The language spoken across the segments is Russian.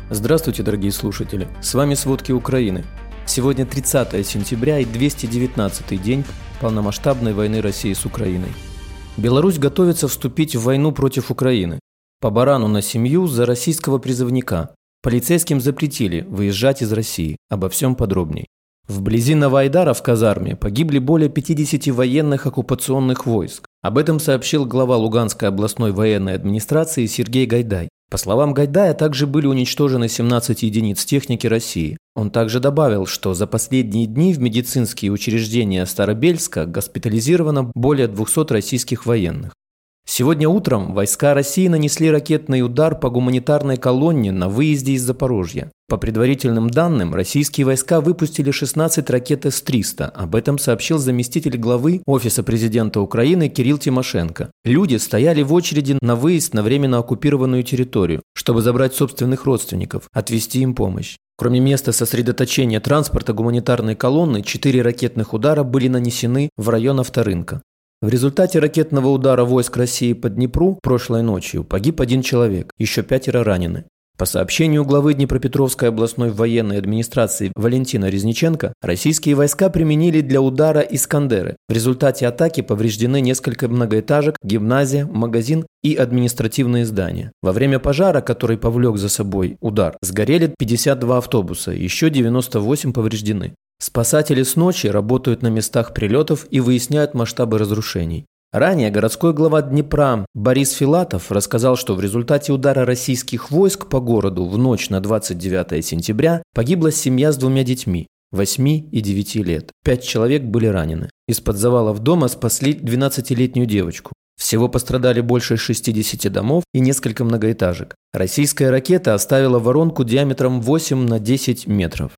Здравствуйте, дорогие слушатели! С вами «Сводки Украины». Сегодня 30 сентября и 219-й день полномасштабной войны России с Украиной. Беларусь готовится вступить в войну против Украины. По барану на семью за российского призывника. Полицейским запретили выезжать из России. Обо всем подробней. Вблизи Новоайдара в казарме погибли более 50 военных оккупационных войск. Об этом сообщил глава Луганской областной военной администрации Сергей Гайдай. По словам Гайдая, также были уничтожены 17 единиц техники России. Он также добавил, что за последние дни в медицинские учреждения Старобельска госпитализировано более 200 российских военных. Сегодня утром войска России нанесли ракетный удар по гуманитарной колонне на выезде из Запорожья. По предварительным данным, российские войска выпустили 16 ракет С-300. Об этом сообщил заместитель главы Офиса президента Украины Кирилл Тимошенко. Люди стояли в очереди на выезд на временно оккупированную территорию, чтобы забрать собственных родственников, отвезти им помощь. Кроме места сосредоточения транспорта гуманитарной колонны, 4 ракетных удара были нанесены в район Авторынка. В результате ракетного удара войск России по Днепру прошлой ночью погиб 1 человек, еще 5 ранены. По сообщению главы Днепропетровской областной военной администрации Валентина Резниченко, российские войска применили для удара «Искандеры». В результате атаки повреждены несколько многоэтажек, гимназия, магазин и административные здания. Во время пожара, который повлек за собой удар, сгорели 52 автобуса, еще 98 повреждены. Спасатели с ночи работают на местах прилетов и выясняют масштабы разрушений. Ранее городской глава Днепра Борис Филатов рассказал, что в результате удара российских войск по городу в ночь на 29 сентября погибла семья с 2 детьми – 8 и 9 лет. 5 человек были ранены. Из-под завалов дома спасли 12-летнюю девочку. Всего пострадали больше 60 домов и несколько многоэтажек. Российская ракета оставила воронку диаметром 8 на 10 метров.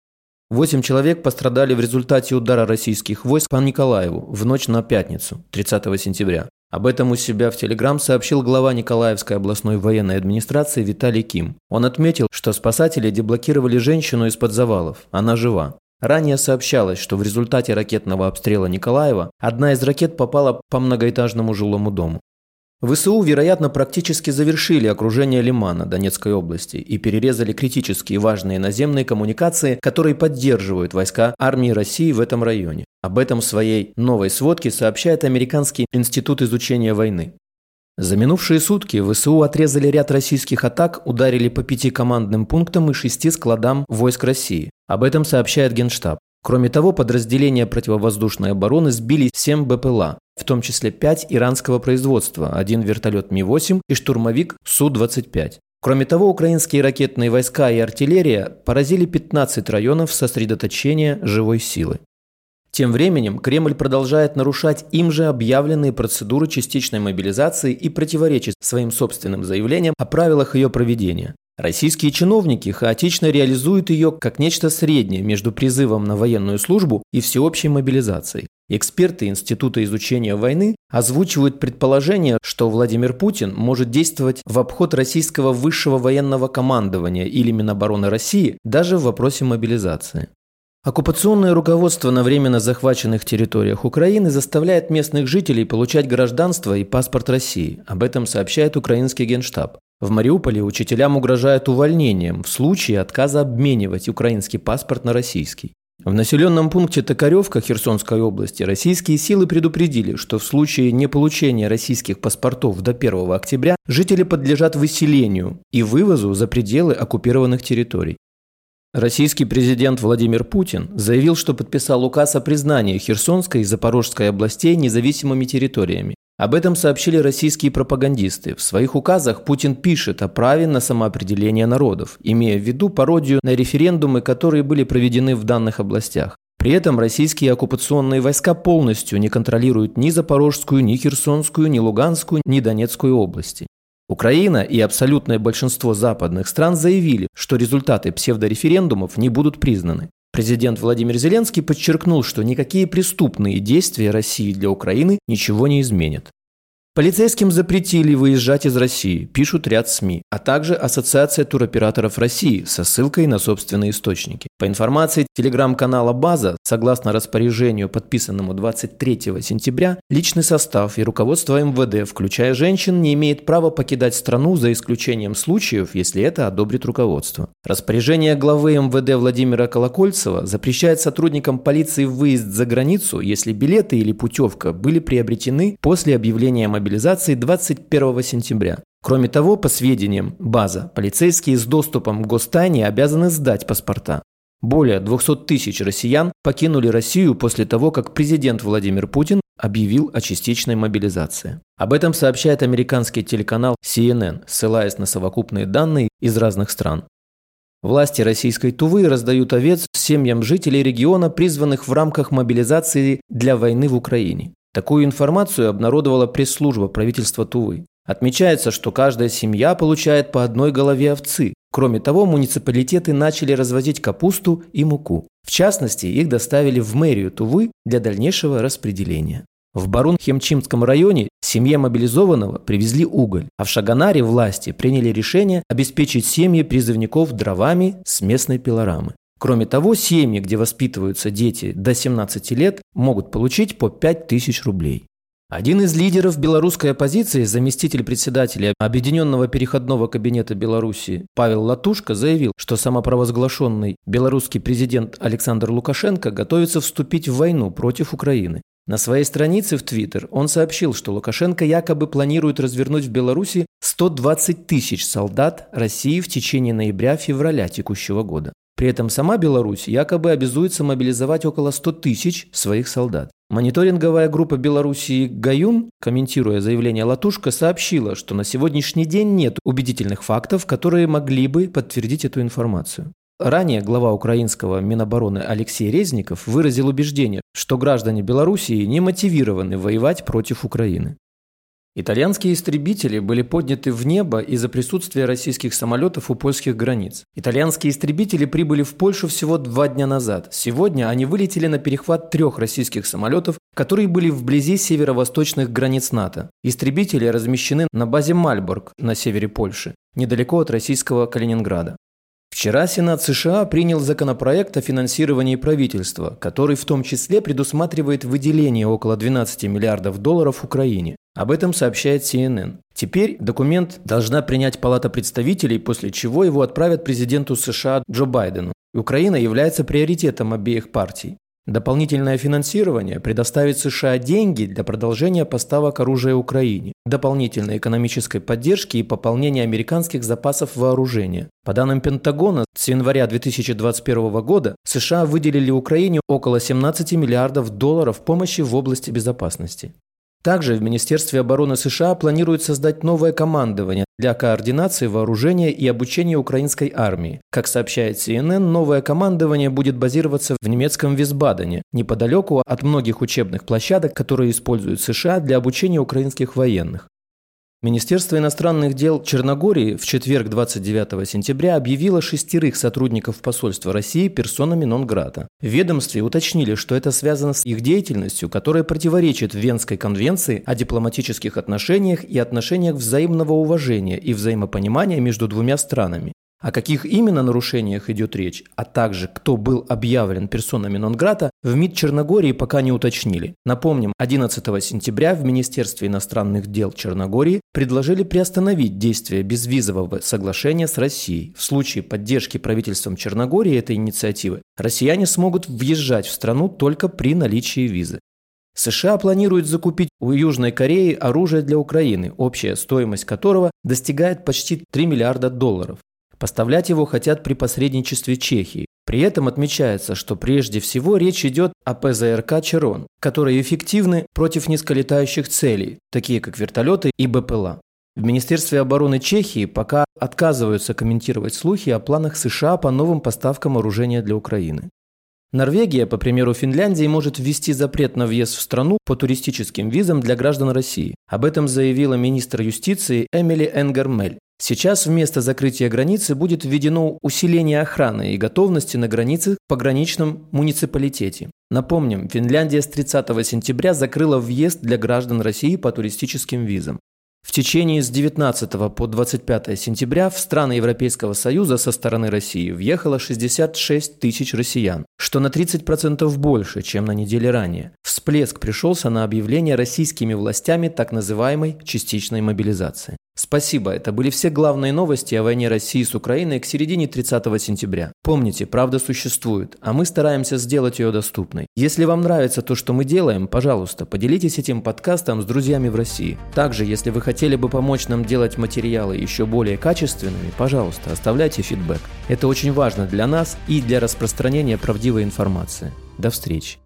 8 человек пострадали в результате удара российских войск по Николаеву в ночь на пятницу, 30 сентября. Об этом у себя в Телеграм сообщил глава Николаевской областной военной администрации Виталий Ким. Он отметил, что спасатели деблокировали женщину из-под завалов. Она жива. Ранее сообщалось, что в результате ракетного обстрела Николаева одна из ракет попала по многоэтажному жилому дому. ВСУ, вероятно, практически завершили окружение Лимана Донецкой области и перерезали критические важные наземные коммуникации, которые поддерживают войска армии России в этом районе. Об этом в своей новой сводке сообщает Американский институт изучения войны. За минувшие сутки ВСУ отрезали ряд российских атак, ударили по 5 командным пунктам и 6 складам войск России. Об этом сообщает Генштаб. Кроме того, подразделения противовоздушной обороны сбили 7 БПЛА, в том числе 5 иранского производства, 1 вертолет Ми-8 и штурмовик Су-25. Кроме того, украинские ракетные войска и артиллерия поразили 15 районов сосредоточения живой силы. Тем временем Кремль продолжает нарушать им же объявленные процедуры частичной мобилизации и противоречит своим собственным заявлениям о правилах ее проведения. Российские чиновники хаотично реализуют ее как нечто среднее между призывом на военную службу и всеобщей мобилизацией. Эксперты Института изучения войны озвучивают предположение, что Владимир Путин может действовать в обход российского высшего военного командования или Минобороны России даже в вопросе мобилизации. Оккупационное руководство на временно захваченных территориях Украины заставляет местных жителей получать гражданство и паспорт России. Об этом сообщает украинский Генштаб. В Мариуполе учителям угрожают увольнением в случае отказа обменивать украинский паспорт на российский. В населенном пункте Токаревка Херсонской области российские силы предупредили, что в случае неполучения российских паспортов до 1 октября жители подлежат выселению и вывозу за пределы оккупированных территорий. Российский президент Владимир Путин заявил, что подписал указ о признании Херсонской и Запорожской областей независимыми территориями. Об этом сообщили российские пропагандисты. В своих указах Путин пишет о праве на самоопределение народов, имея в виду пародию на референдумы, которые были проведены в данных областях. При этом российские оккупационные войска полностью не контролируют ни Запорожскую, ни Херсонскую, ни Луганскую, ни Донецкую области. Украина и абсолютное большинство западных стран заявили, что результаты псевдореферендумов не будут признаны. Президент Владимир Зеленский подчеркнул, что никакие преступные действия России для Украины ничего не изменят. Полицейским запретили выезжать из России, пишут ряд СМИ, а также Ассоциация туроператоров России со ссылкой на собственные источники. По информации телеграм-канала «База», согласно распоряжению, подписанному 23 сентября, личный состав и руководство МВД, включая женщин, не имеет права покидать страну за исключением случаев, если это одобрит руководство. Распоряжение главы МВД Владимира Колокольцева запрещает сотрудникам полиции выезд за границу, если билеты или путевка были приобретены после объявления мобилизации 21 сентября. Кроме того, по сведениям «База», полицейские с доступом к гостайне обязаны сдать паспорта. Более 200 тысяч россиян покинули Россию после того, как президент Владимир Путин объявил о частичной мобилизации. Об этом сообщает американский телеканал CNN, ссылаясь на совокупные данные из разных стран. Власти российской Тувы раздают овец семьям жителей региона, призванных в рамках мобилизации для войны в Украине. Такую информацию обнародовала пресс-служба правительства Тувы. Отмечается, что каждая семья получает по одной голове овцы. Кроме того, муниципалитеты начали развозить капусту и муку. В частности, их доставили в мэрию Тувы для дальнейшего распределения. В Барун-Хемчимском районе семье мобилизованного привезли уголь, а в Шаганаре власти приняли решение обеспечить семьи призывников дровами с местной пилорамы. Кроме того, семьи, где воспитываются дети до 17 лет, могут получить по 5000 рублей. Один из лидеров белорусской оппозиции, заместитель председателя Объединенного переходного кабинета Беларуси Павел Латушко заявил, что самопровозглашенный белорусский президент Александр Лукашенко готовится вступить в войну против Украины. На своей странице в Твиттер он сообщил, что Лукашенко якобы планирует развернуть в Беларуси 120 тысяч солдат России в течение ноября-февраля текущего года. При этом сама Беларусь якобы обязуется мобилизовать около 100 тысяч своих солдат. Мониторинговая группа Белоруссии «Гаюн», комментируя заявление Латушко, сообщила, что на сегодняшний день нет убедительных фактов, которые могли бы подтвердить эту информацию. Ранее глава украинского Минобороны Алексей Резников выразил убеждение, что граждане Белоруссии не мотивированы воевать против Украины. Итальянские истребители были подняты в небо из-за присутствия российских самолетов у польских границ. Итальянские истребители прибыли в Польшу всего 2 дня назад. Сегодня они вылетели на перехват 3 российских самолетов, которые были вблизи северо-восточных границ НАТО. Истребители размещены на базе Мальборг на севере Польши, недалеко от российского Калининграда. Вчера Сенат США принял законопроект о финансировании правительства, который в том числе предусматривает выделение около $12 миллиардов Украине. Об этом сообщает CNN. Теперь документ должна принять Палата представителей, после чего его отправят президенту США Джо Байдену. Украина является приоритетом обеих партий. Дополнительное финансирование предоставит США деньги для продолжения поставок оружия Украине, дополнительной экономической поддержки и пополнения американских запасов вооружения. По данным Пентагона, с января 2021 года США выделили Украине около $17 миллиардов помощи в области безопасности. Также в Министерстве обороны США планируют создать новое командование для координации вооружения и обучения украинской армии. Как сообщает CNN, новое командование будет базироваться в немецком Висбадене, неподалеку от многих учебных площадок, которые используют США для обучения украинских военных. Министерство иностранных дел Черногории в четверг 29 сентября объявило 6 сотрудников посольства России персонами нон-грата. В ведомстве уточнили, что это связано с их деятельностью, которая противоречит Венской конвенции о дипломатических отношениях и отношениях взаимного уважения и взаимопонимания между двумя странами. О каких именно нарушениях идет речь, а также кто был объявлен персонами нон-грата, в МИД Черногории пока не уточнили. Напомним, 11 сентября в Министерстве иностранных дел Черногории предложили приостановить действие безвизового соглашения с Россией. В случае поддержки правительством Черногории этой инициативы россияне смогут въезжать в страну только при наличии визы. США планируют закупить у Южной Кореи оружие для Украины, общая стоимость которого достигает почти $3 миллиарда. Поставлять его хотят при посредничестве Чехии. При этом отмечается, что прежде всего речь идет о ПЗРК «Черон», которые эффективны против низколетающих целей, такие как вертолеты и БПЛА. В Министерстве обороны Чехии пока отказываются комментировать слухи о планах США по новым поставкам вооружения для Украины. Норвегия, по примеру Финляндии, может ввести запрет на въезд в страну по туристическим визам для граждан России. Об этом заявила министр юстиции Эмили Энгер-Мель. Сейчас вместо закрытия границы будет введено усиление охраны и готовности на границе в пограничном муниципалитете. Напомним, Финляндия с 30 сентября закрыла въезд для граждан России по туристическим визам. В течение с 19 по 25 сентября в страны Европейского Союза со стороны России въехало 66 тысяч россиян, что на 30% больше, чем на неделе ранее. Всплеск пришелся на объявление российскими властями так называемой частичной мобилизации. Спасибо, это были все главные новости о войне России с Украиной к середине 30 сентября. Помните, правда существует, а мы стараемся сделать ее доступной. Если вам нравится то, что мы делаем, пожалуйста, поделитесь этим подкастом с друзьями в России. Также, если вы хотели бы помочь нам делать материалы еще более качественными, пожалуйста, оставляйте фидбэк. Это очень важно для нас и для распространения правдивой информации. До встречи.